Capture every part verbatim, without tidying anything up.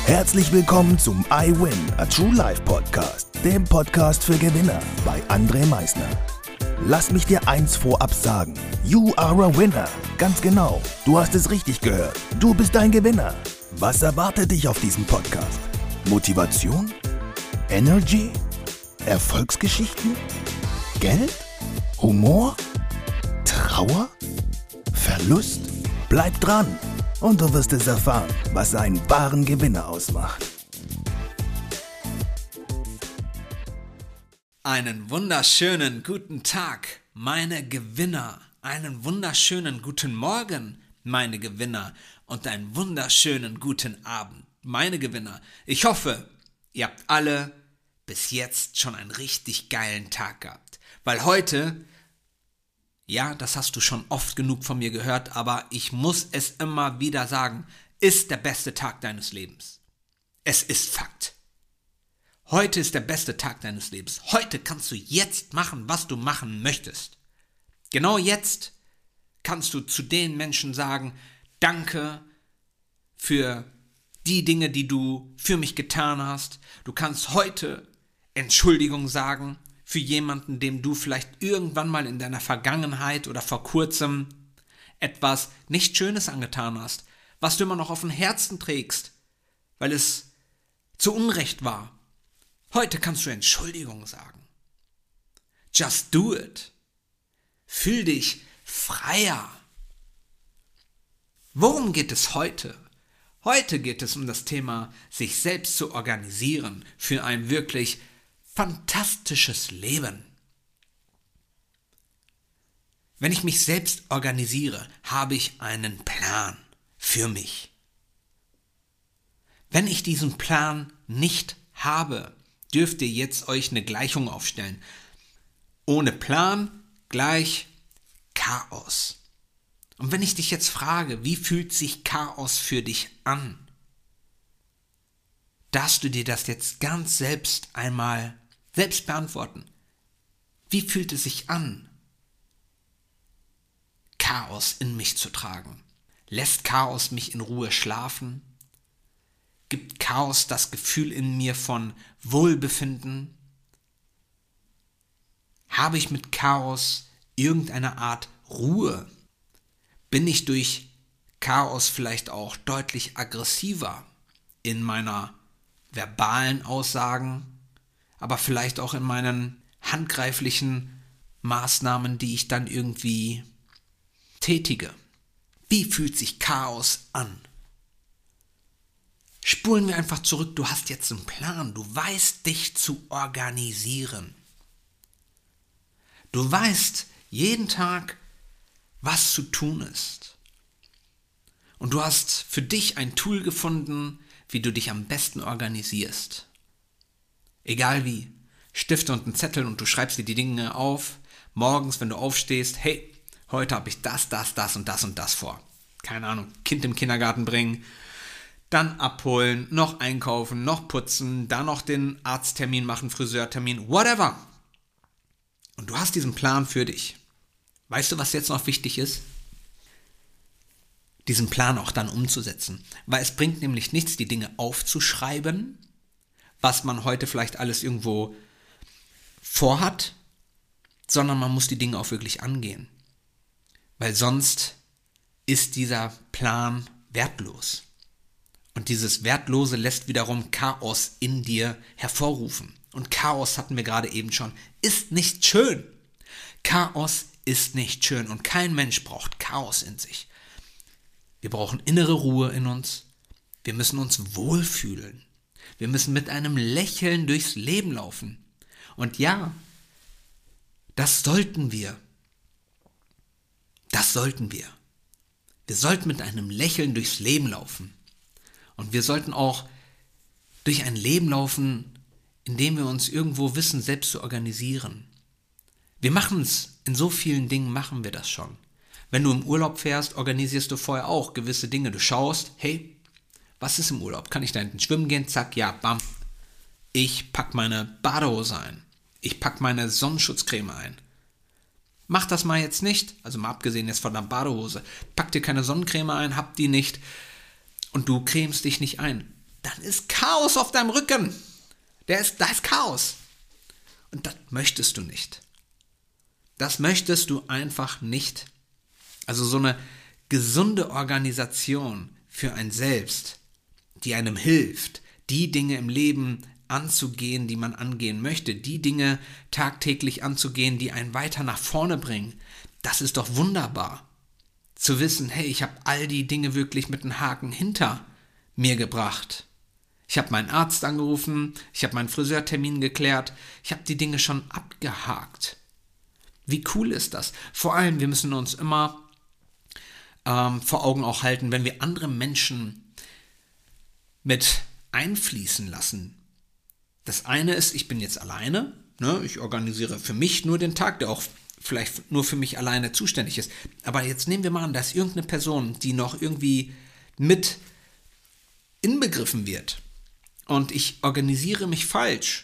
Herzlich willkommen zum I Win, a True Life Podcast, dem Podcast für Gewinner bei André Meisner. Lass mich dir eins vorab sagen. You are a winner. Ganz genau. Du hast es richtig gehört. Du bist ein Gewinner. Was erwartet dich auf diesem Podcast? Motivation? Energy? Erfolgsgeschichten? Geld? Humor? Trauer? Verlust? Bleib dran und du wirst es erfahren, was einen wahren Gewinner ausmacht. Einen wunderschönen guten Tag, meine Gewinner. Einen wunderschönen guten Morgen, meine Gewinner. Und einen wunderschönen guten Abend, meine Gewinner. Ich hoffe, ihr habt alle bis jetzt schon einen richtig geilen Tag gehabt. Weil heute, ja, das hast du schon oft genug von mir gehört, aber ich muss es immer wieder sagen, ist der beste Tag deines Lebens. Es ist Fakt. Heute ist der beste Tag deines Lebens. Heute kannst du jetzt machen, was du machen möchtest. Genau jetzt kannst du zu den Menschen sagen, danke für die Dinge, die du für mich getan hast. Du kannst heute Entschuldigung sagen für jemanden, dem du vielleicht irgendwann mal in deiner Vergangenheit oder vor kurzem etwas nicht Schönes angetan hast, was du immer noch auf dem Herzen trägst, weil es zu Unrecht war. Heute kannst du Entschuldigung sagen. Just do it. Fühl dich freier. Worum geht es heute? Heute geht es um das Thema, sich selbst zu organisieren für ein wirklich fantastisches Leben. Wenn ich mich selbst organisiere, habe ich einen Plan für mich. Wenn ich diesen Plan nicht habe, dürft ihr jetzt euch eine Gleichung aufstellen. Ohne Plan gleich Chaos. Und wenn ich dich jetzt frage, wie fühlt sich Chaos für dich an? Darfst du dir das jetzt ganz selbst einmal selbst beantworten? Wie fühlt es sich an, Chaos in mich zu tragen? Lässt Chaos mich in Ruhe schlafen? Gibt Chaos das Gefühl in mir von Wohlbefinden? Habe ich mit Chaos irgendeine Art Ruhe? Bin ich durch Chaos vielleicht auch deutlich aggressiver in meiner verbalen Aussagen, aber vielleicht auch in meinen handgreiflichen Maßnahmen, die ich dann irgendwie tätige? Wie fühlt sich Chaos an? Spulen wir einfach zurück, du hast jetzt einen Plan, du weißt dich zu organisieren. Du weißt jeden Tag, was zu tun ist. Und du hast für dich ein Tool gefunden, wie du dich am besten organisierst. Egal wie, Stift und einen Zettel und du schreibst dir die Dinge auf, morgens, wenn du aufstehst, hey, heute habe ich das, das, das und das und das vor. Keine Ahnung, Kind im Kindergarten bringen, dann abholen, noch einkaufen, noch putzen, dann noch den Arzttermin machen, Friseurtermin, whatever. Und du hast diesen Plan für dich. Weißt du, was jetzt noch wichtig ist? Diesen Plan auch dann umzusetzen. Weil es bringt nämlich nichts, die Dinge aufzuschreiben, was man heute vielleicht alles irgendwo vorhat, sondern man muss die Dinge auch wirklich angehen. Weil sonst ist dieser Plan wertlos. Und dieses Wertlose lässt wiederum Chaos in dir hervorrufen. Und Chaos, hatten wir gerade eben schon, ist nicht schön. Chaos ist nicht schön und kein Mensch braucht Chaos in sich. Wir brauchen innere Ruhe in uns. Wir müssen uns wohlfühlen. Wir müssen mit einem Lächeln durchs Leben laufen. Und ja, das sollten wir. Das sollten wir. Wir sollten mit einem Lächeln durchs Leben laufen. Und wir sollten auch durch ein Leben laufen, in dem wir uns irgendwo wissen, selbst zu organisieren. Wir machen es, in so vielen Dingen machen wir das schon. Wenn du im Urlaub fährst, organisierst du vorher auch gewisse Dinge. Du schaust, hey, was ist im Urlaub? Kann ich da hinten schwimmen gehen? Zack, ja, bam. Ich pack meine Badehose ein. Ich pack meine Sonnenschutzcreme ein. Mach das mal jetzt nicht, also mal abgesehen jetzt von der Badehose. Pack dir keine Sonnencreme ein, hab die nicht und du cremst dich nicht ein. dann ist Chaos auf deinem Rücken. Der ist, da ist Chaos. Und das möchtest du nicht. Das möchtest du einfach nicht. Also so eine gesunde Organisation für ein Selbst, die einem hilft, die Dinge im Leben anzugehen, die man angehen möchte, die Dinge tagtäglich anzugehen, die einen weiter nach vorne bringen. Das ist doch wunderbar. Zu wissen, hey, ich habe all die Dinge wirklich mit einem Haken hinter mir gebracht. Ich habe meinen Arzt angerufen, ich habe meinen Friseurtermin geklärt, ich habe die Dinge schon abgehakt. Wie cool ist das? Vor allem, wir müssen uns immer ähm, vor Augen auch halten, wenn wir andere Menschen mit einfließen lassen. Das eine ist, ich bin jetzt alleine, ne? Ich organisiere für mich nur den Tag, der auch vielleicht nur für mich alleine zuständig ist. Aber jetzt nehmen wir mal an, dass irgendeine Person, die noch irgendwie mit inbegriffen wird und ich organisiere mich falsch,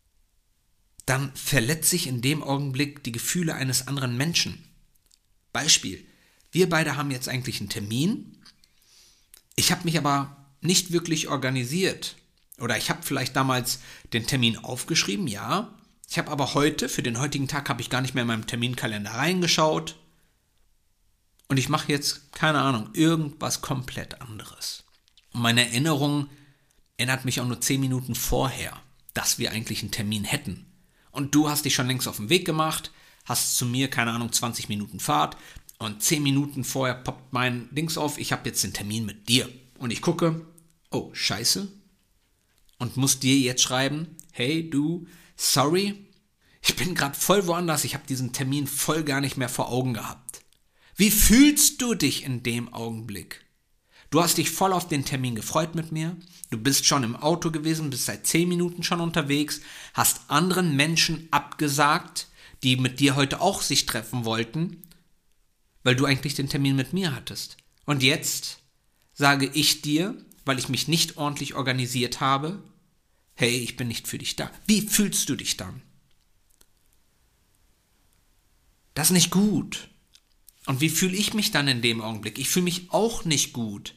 dann verletze ich in dem Augenblick die Gefühle eines anderen Menschen. Beispiel, wir beide haben jetzt eigentlich einen Termin, ich habe mich aber nicht wirklich organisiert. Oder ich habe vielleicht damals den Termin aufgeschrieben, ja. Ich habe aber heute, für den heutigen Tag, habe ich gar nicht mehr in meinem Terminkalender reingeschaut. Und ich mache jetzt, keine Ahnung, irgendwas komplett anderes. Und meine Erinnerung erinnert mich auch nur zehn Minuten vorher, dass wir eigentlich einen Termin hätten. Und du hast dich schon längst auf den Weg gemacht, hast zu mir, keine Ahnung, zwanzig Minuten Fahrt. Und zehn Minuten vorher poppt mein Dings auf, ich habe jetzt den Termin mit dir. Und ich gucke, oh, scheiße. Und muss dir jetzt schreiben, hey du, sorry, ich bin gerade voll woanders, ich habe diesen Termin voll gar nicht mehr vor Augen gehabt. Wie fühlst du dich in dem Augenblick? Du hast dich voll auf den Termin gefreut mit mir, du bist schon im Auto gewesen, bist seit zehn Minuten schon unterwegs, hast anderen Menschen abgesagt, die mit dir heute auch sich treffen wollten, weil du eigentlich den Termin mit mir hattest. Und jetzt sage ich dir, weil ich mich nicht ordentlich organisiert habe, hey, ich bin nicht für dich da. Wie fühlst du dich dann? Das ist nicht gut. Und wie fühle ich mich dann in dem Augenblick? Ich fühle mich auch nicht gut.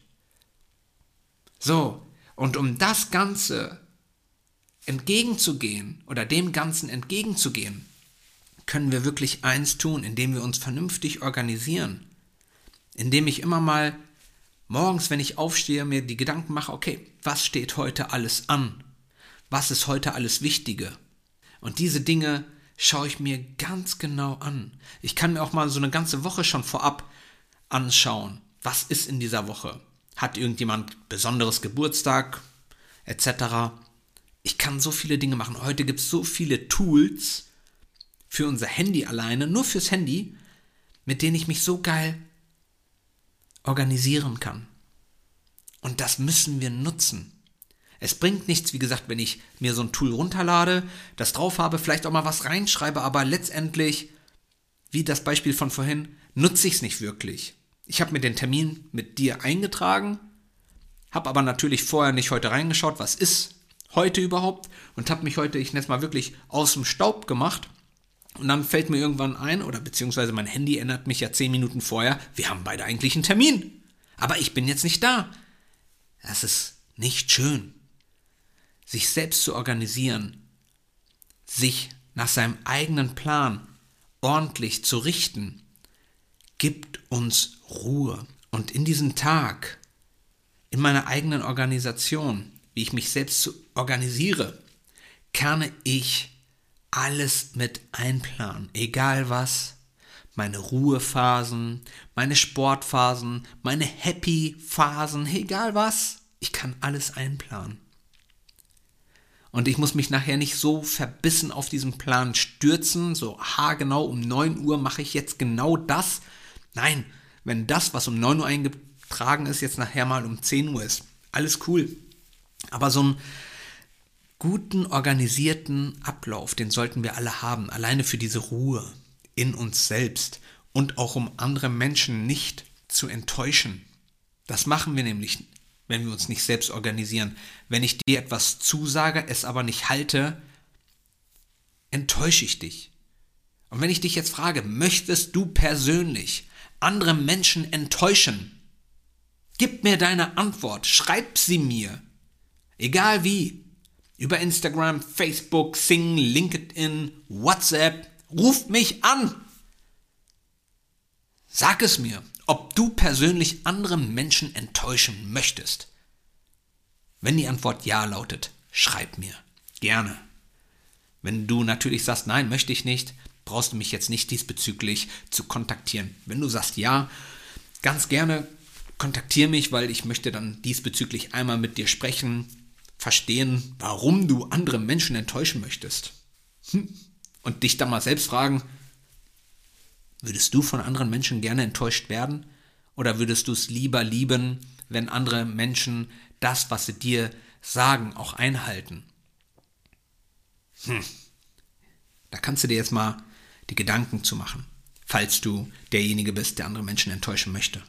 So, und um das Ganze entgegenzugehen oder dem Ganzen entgegenzugehen, können wir wirklich eins tun, indem wir uns vernünftig organisieren. Indem ich immer mal morgens, wenn ich aufstehe, mir die Gedanken mache, okay, was steht heute alles an? Was ist heute alles Wichtige? Und diese Dinge schaue ich mir ganz genau an. Ich kann mir auch mal so eine ganze Woche schon vorab anschauen. Was ist in dieser Woche? Hat irgendjemand besonderes Geburtstag? et cetera. Ich kann so viele Dinge machen. Heute gibt es so viele Tools für unser Handy alleine, nur fürs Handy, mit denen ich mich so geil organisieren kann. Und das müssen wir nutzen. Es bringt nichts, wie gesagt, wenn ich mir so ein Tool runterlade, das drauf habe, vielleicht auch mal was reinschreibe, aber letztendlich, wie das Beispiel von vorhin, nutze ich es nicht wirklich. Ich habe mir den Termin mit dir eingetragen, habe aber natürlich vorher nicht heute reingeschaut, was ist heute überhaupt, und habe mich heute, ich nenne es mal wirklich, aus dem Staub gemacht. Und dann fällt mir irgendwann ein, oder beziehungsweise mein Handy erinnert mich ja zehn Minuten vorher, wir haben beide eigentlich einen Termin. Aber ich bin jetzt nicht da. Das ist nicht schön. Sich selbst zu organisieren, sich nach seinem eigenen Plan ordentlich zu richten, gibt uns Ruhe. Und in diesem Tag, in meiner eigenen Organisation, wie ich mich selbst organisiere, kann ich alles mit einplanen, egal was. Meine Ruhephasen, meine Sportphasen, meine Happy-Phasen, egal was. Ich kann alles einplanen. Und ich muss mich nachher nicht so verbissen auf diesen Plan stürzen, so haargenau um neun Uhr mache ich jetzt genau das. Nein, wenn das, was um neun Uhr eingetragen ist, jetzt nachher mal um zehn Uhr ist, alles cool. Aber so einen guten, organisierten Ablauf, den sollten wir alle haben, alleine für diese Ruhe in uns selbst und auch um andere Menschen nicht zu enttäuschen. Das machen wir nämlich nicht, wenn wir uns nicht selbst organisieren. Wenn ich dir etwas zusage, es aber nicht halte, enttäusche ich dich. Und wenn ich dich jetzt frage, möchtest du persönlich andere Menschen enttäuschen? Gib mir deine Antwort, schreib sie mir. Egal wie. Über Instagram, Facebook, Xing, LinkedIn, WhatsApp. Ruft mich an. Sag es mir, ob du persönlich andere Menschen enttäuschen möchtest. Wenn die Antwort ja lautet, schreib mir. Gerne. Wenn du natürlich sagst, nein, möchte ich nicht, brauchst du mich jetzt nicht diesbezüglich zu kontaktieren. Wenn du sagst ja, ganz gerne kontaktiere mich, weil ich möchte dann diesbezüglich einmal mit dir sprechen, verstehen, warum du andere Menschen enttäuschen möchtest. Hm. Und dich dann mal selbst fragen, würdest du von anderen Menschen gerne enttäuscht werden? Oder würdest du es lieber lieben, wenn andere Menschen das, was sie dir sagen, auch einhalten? Hm. Da kannst du dir jetzt mal die Gedanken zu machen, falls du derjenige bist, der andere Menschen enttäuschen möchte.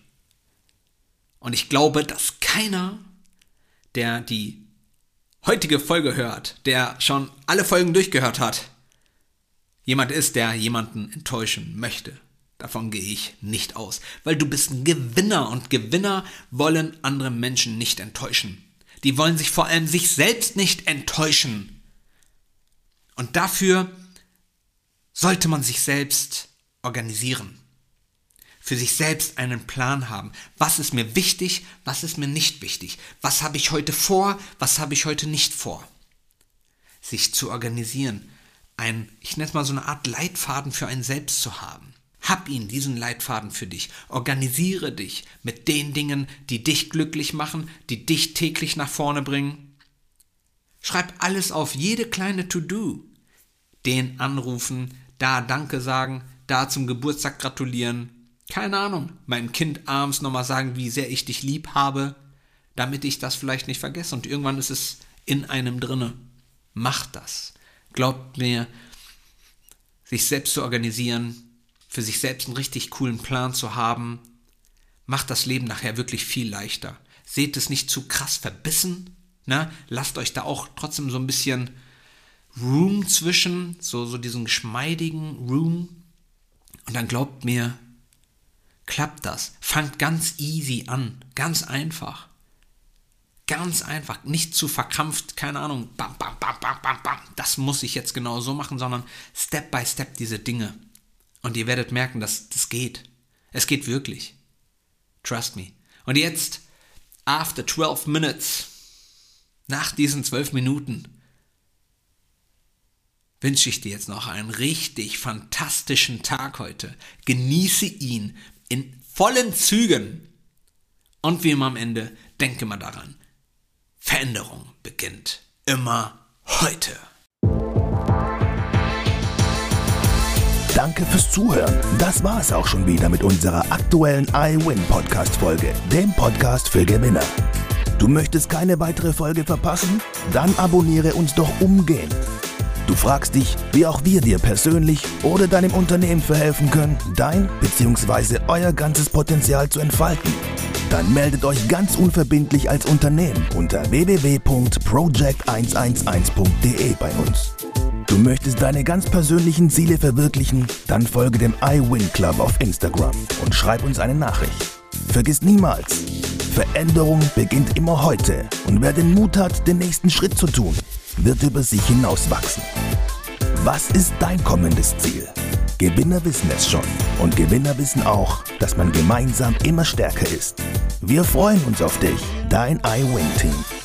Und ich glaube, dass keiner, der die heutige Folge hört, der schon alle Folgen durchgehört hat, jemand ist, der jemanden enttäuschen möchte. Davon gehe ich nicht aus, weil du bist ein Gewinner und Gewinner wollen andere Menschen nicht enttäuschen. Die wollen sich vor allem sich selbst nicht enttäuschen. Und dafür sollte man sich selbst organisieren. Für sich selbst einen Plan haben. Was ist mir wichtig, was ist mir nicht wichtig? Was habe ich heute vor, was habe ich heute nicht vor? Sich zu organisieren. Ein, ich nenne es mal so eine Art Leitfaden für einen selbst zu haben. Hab ihn, diesen Leitfaden für dich. Organisiere dich mit den Dingen, die dich glücklich machen, die dich täglich nach vorne bringen. Schreib alles auf, jede kleine To-Do. Den anrufen, da Danke sagen, da zum Geburtstag gratulieren. Keine Ahnung, meinem Kind abends nochmal sagen, wie sehr ich dich lieb habe, damit ich das vielleicht nicht vergesse. Und irgendwann ist es in einem drinne. Mach das. Glaubt mir, sich selbst zu organisieren, für sich selbst einen richtig coolen Plan zu haben, macht das Leben nachher wirklich viel leichter. Seht es nicht zu krass verbissen, ne? Lasst euch da auch trotzdem so ein bisschen Room zwischen, so, so diesen geschmeidigen Room. Und dann glaubt mir, klappt das. Fangt ganz easy an, ganz einfach. Ganz einfach, nicht zu verkrampft, keine Ahnung, bam, bam, bam, bam, bam, bam. Das muss ich jetzt genau so machen, sondern Step by Step diese Dinge. Und ihr werdet merken, dass das geht. Es geht wirklich. Trust me. Und jetzt, after twelve minutes, nach diesen zwölf Minuten, wünsche ich dir jetzt noch einen richtig fantastischen Tag heute. Genieße ihn in vollen Zügen. Und wie immer am Ende, denke mal daran, Veränderung beginnt immer heute. Danke fürs Zuhören. Das war es auch schon wieder mit unserer aktuellen iWin-Podcast-Folge, dem Podcast für Gewinner. Du möchtest keine weitere Folge verpassen? Dann abonniere uns doch umgehend. Du fragst dich, wie auch wir dir persönlich oder deinem Unternehmen verhelfen können, dein bzw. euer ganzes Potenzial zu entfalten. Dann meldet euch ganz unverbindlich als Unternehmen unter w w w punkt project eins eins eins punkt d e bei uns. Du möchtest deine ganz persönlichen Ziele verwirklichen? Dann folge dem iWin Club auf Instagram und schreib uns eine Nachricht. Vergiss niemals, Veränderung beginnt immer heute und wer den Mut hat, den nächsten Schritt zu tun, wird über sich hinauswachsen. Was ist dein kommendes Ziel? Gewinner wissen es schon und Gewinner wissen auch, dass man gemeinsam immer stärker ist. Wir freuen uns auf dich, dein iWin-Team.